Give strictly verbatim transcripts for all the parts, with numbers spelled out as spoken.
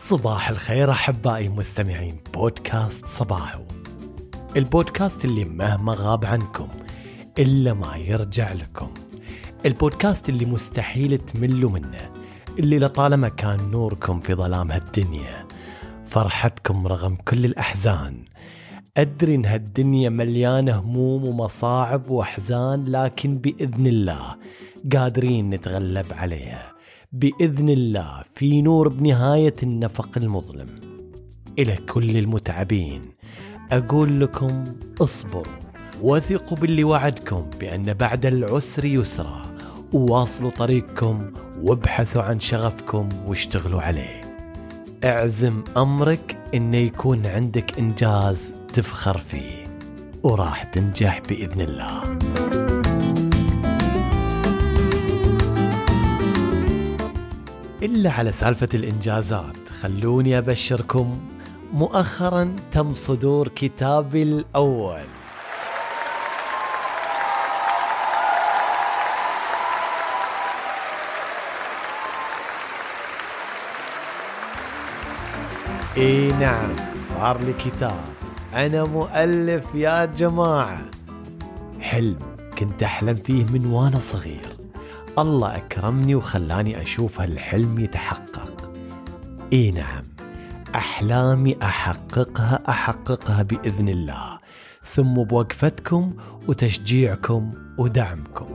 صباح الخير أحبائي مستمعين بودكاست صباحو، البودكاست اللي مهما غاب عنكم إلا ما يرجع لكم، البودكاست اللي مستحيل تملوا منه، اللي لطالما كان نوركم في ظلام هالدنيا، فرحتكم رغم كل الأحزان. أدري إن هالدنيا مليانة هموم ومصاعب وأحزان، لكن بإذن الله قادرين نتغلب عليها، بإذن الله في نور بنهاية النفق المظلم. إلى كل المتعبين أقول لكم اصبروا، وثقوا باللي وعدكم بأن بعد العسر يسرا، وواصلوا طريقكم وابحثوا عن شغفكم واشتغلوا عليه. اعزم أمرك إنه يكون عندك إنجاز تفخر فيه، وراح تنجح بإذن الله. إلا على سالفة الإنجازات، خلوني أبشركم مؤخرا تم صدور كتابي الأول. إيه نعم، صار لي كتاب، أنا مؤلف يا جماعة. حلم كنت أحلم فيه من وأنا صغير، الله أكرمني وخلاني أشوف هالحلم يتحقق. إيه نعم، أحلامي أحققها أحققها بإذن الله، ثم بوقفتكم وتشجيعكم ودعمكم.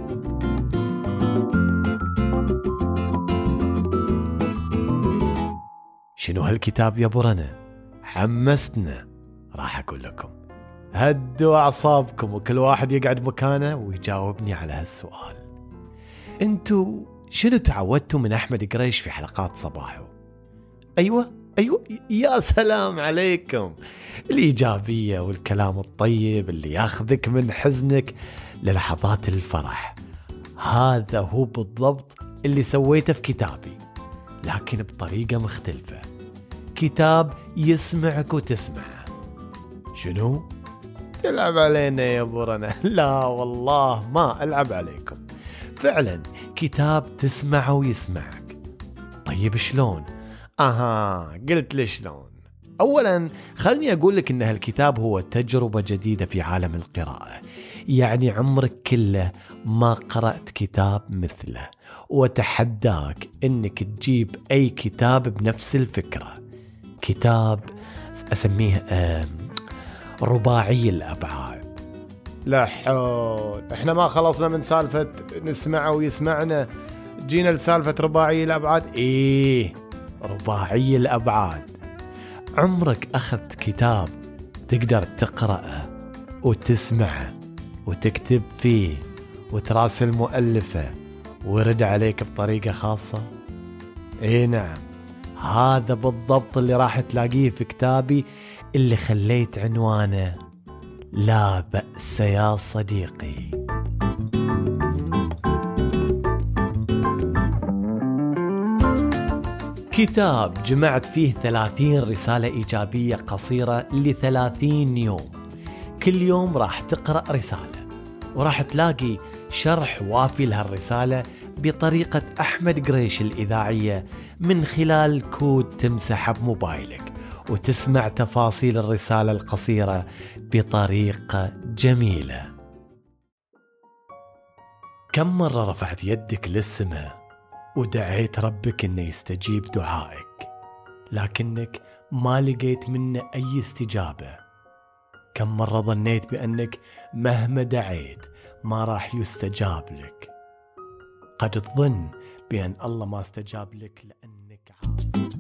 شنو هالكتاب يا برنا؟ حمستنا. راح أقول لكم، هدوا أعصابكم وكل واحد يقعد مكانه ويجاوبني على هالسؤال. انتوا شنو تعودتوا من أحمد قريش في حلقات صباحو؟ أيوة أيوة يا سلام عليكم، الإيجابية والكلام الطيب اللي ياخذك من حزنك للحظات الفرح. هذا هو بالضبط اللي سويته في كتابي، لكن بطريقة مختلفة. كتاب يسمعك وتسمعه. شنو؟ تلعب علينا يا برنا؟ لا والله ما ألعب عليكم، فعلا كتاب تسمعه ويسمعك. طيب شلون؟ أها، قلت لي شلون. أولا خلني أقول لك إن هالكتاب هو تجربة جديدة في عالم القراءة، يعني عمرك كله ما قرأت كتاب مثله، وتحداك إنك تجيب أي كتاب بنفس الفكرة. كتاب أسميه رباعي الأبعاد. لا حول، احنا ما خلصنا من سالفة نسمعه ويسمعنا، جينا لسالفة رباعي الأبعاد. ايه رباعي الأبعاد، عمرك أخذت كتاب تقدر تقرأه وتسمعه وتكتب فيه وتراسل مؤلفه ويرد عليك بطريقة خاصة؟ ايه نعم، هذا بالضبط اللي راح تلاقيه في كتابي اللي خليت عنوانه لا بأس يا صديقي. كتاب جمعت فيه ثلاثين رسالة إيجابية قصيرة لثلاثين يوم، كل يوم راح تقرأ رسالة، وراح تلاقي شرح وافي لهالرسالة بطريقة أحمد قريش الإذاعية، من خلال كود تمسحه بموبايلك وتسمع تفاصيل الرسالة القصيرة بطريقة جميلة. كم مرة رفعت يدك للسماء ودعيت ربك إنه يستجيب دعائك، لكنك ما لقيت منه أي استجابة؟ كم مرة ظنيت بأنك مهما دعيت ما راح يستجاب لك؟ قد تظن بأن الله ما استجاب لك لأنك عاصي.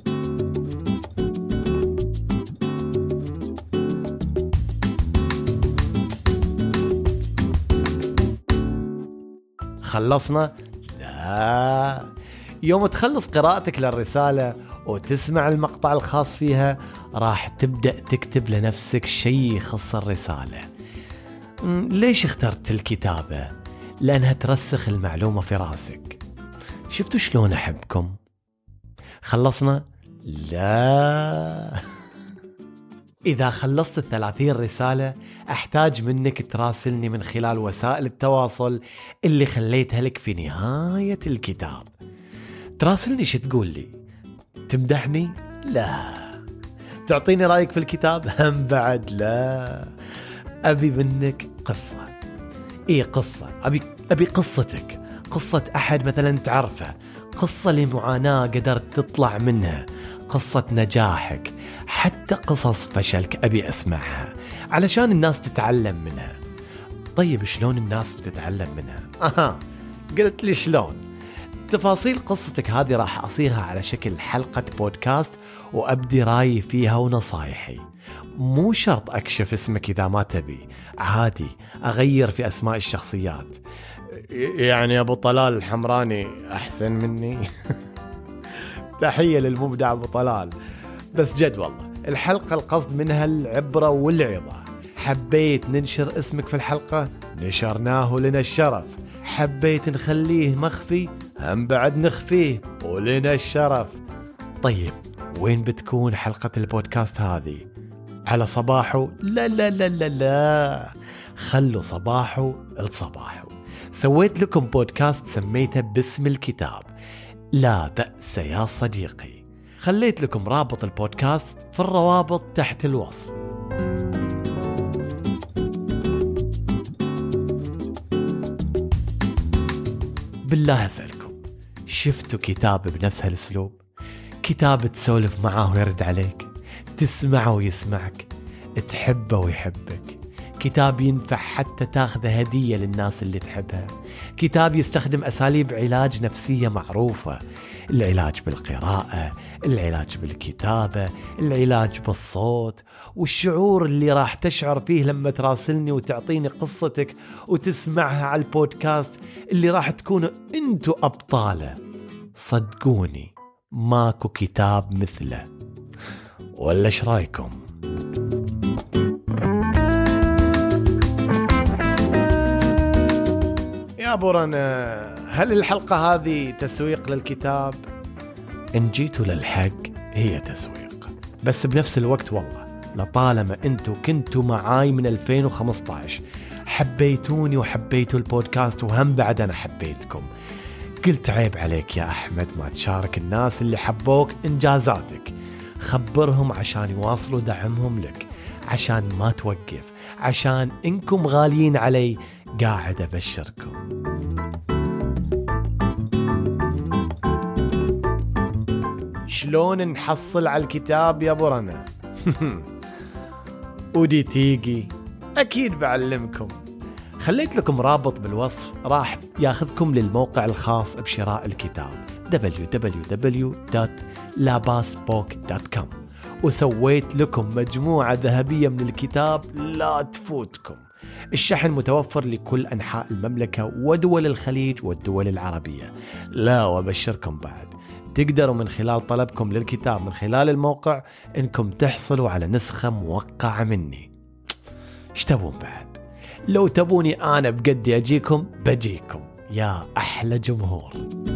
خلصنا؟ لا، يوم تخلص قراءتك للرسالة وتسمع المقطع الخاص فيها، راح تبدأ تكتب لنفسك شيء يخص الرسالة. ليش اخترت الكتابة؟ لأنها ترسخ المعلومة في راسك. شفتوا شلون أحبكم؟ خلصنا؟ لا. إذا خلصت الثلاثين رسالة أحتاج منك تراسلني من خلال وسائل التواصل اللي خليتها لك في نهاية الكتاب. تراسلني شو تقول لي؟ تمدحني؟ لا. تعطيني رأيك في الكتاب؟ هم بعد لا. أبي منك قصة. إيه قصة، أبي أبي قصتك، قصة أحد مثلا تعرفه، قصة لمعاناة قدرت تطلع منها، قصة نجاحك، حتى قصص فشلك أبي أسمعها علشان الناس تتعلم منها. طيب شلون الناس بتتعلم منها؟ أها، قلت لي شلون. تفاصيل قصتك هذه راح أصيغها على شكل حلقة بودكاست وأبدي رايي فيها ونصايحي. مو شرط أكشف اسمك إذا ما تبي، عادي أغير في أسماء الشخصيات. يعني أبو طلال الحمراني أحسن مني؟ تحية للمبدع أبو طلال. بس جد والله الحلقة القصد منها العبرة والعظة. حبيت ننشر اسمك في الحلقة، نشرناه لنا الشرف. حبيت نخليه مخفي، هم بعد نخفيه ولنا الشرف. طيب وين بتكون حلقة البودكاست هذه؟ على صباحه؟ لا لا لا لا لا، خلوا صباحه لصباحه. سويت لكم بودكاست سميته باسم الكتاب، لا بأس يا صديقي. خليت لكم رابط البودكاست في الروابط تحت الوصف. بالله أسألكم، شفتوا كتاب بنفس هالاسلوب؟ كتاب تسولف معاه ويرد عليك، تسمعه ويسمعك، تحبه ويحبك. كتاب ينفع حتى تاخذه هدية للناس اللي تحبها. كتاب يستخدم أساليب علاج نفسية معروفة، العلاج بالقراءة، العلاج بالكتابة، العلاج بالصوت. والشعور اللي راح تشعر فيه لما تراسلني وتعطيني قصتك وتسمعها على البودكاست اللي راح تكونوا انتوا أبطاله، صدقوني ماكو كتاب مثله. ولا ايش رايكم؟ يا بورنا، هل الحلقة هذه تسويق للكتاب؟ إن جيتوا للحق هي تسويق، بس بنفس الوقت والله لطالما أنتوا كنتوا معاي من ألفين وخمسة عشر، حبيتوني وحبيتوا البودكاست، وهم بعد أنا حبيتكم. قلت عيب عليك يا أحمد ما تشارك الناس اللي حبوك إنجازاتك. خبرهم عشان يواصلوا دعمهم لك، عشان ما توقف، عشان إنكم غاليين علي. قاعد أبشركم. شلون نحصل على الكتاب يا برنا؟ ودي تيجي أكيد بعلمكم. خليت لكم رابط بالوصف راح ياخذكم للموقع الخاص بشراء الكتاب دبليو دبليو دبليو دوت لاباسبوك دوت كوم، وسويت لكم مجموعة ذهبية من الكتاب لا تفوتكم. الشحن متوفر لكل أنحاء المملكة ودول الخليج والدول العربية. لا وأبشركم بعد تقدروا من خلال طلبكم للكتاب من خلال الموقع إنكم تحصلوا على نسخة موقعة مني. ايش تبون بعد؟ لو تبوني أنا بقدي أجيكم بجيكم يا أحلى جمهور.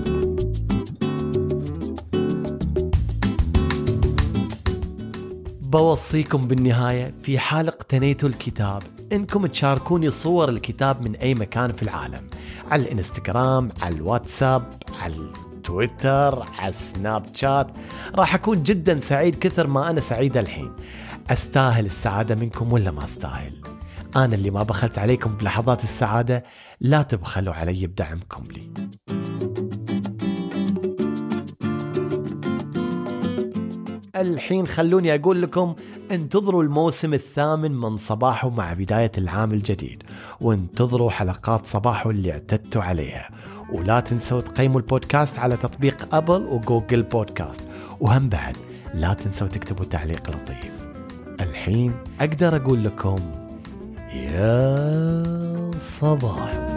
بوصيكم بالنهاية في حال اقتنيتوا الكتاب إنكم تشاركوني صور الكتاب من أي مكان في العالم، على الانستغرام، على الواتساب، على تويتر، على السناب شات. راح أكون جدا سعيد كثر ما أنا سعيد الحين. أستاهل السعادة منكم ولا ما أستاهل؟ أنا اللي ما بخلت عليكم بلحظات السعادة، لا تبخلوا علي بدعمكم لي. الحين خلوني أقول لكم انتظروا الموسم الثامن من صباحه مع بداية العام الجديد، وانتظروا حلقات صباحه اللي اعتدتوا عليها. ولا تنسوا تقيموا البودكاست على تطبيق أبل وجوجل بودكاست، وهم بعد لا تنسوا تكتبوا تعليق لطيف. الحين أقدر أقول لكم يا صباح.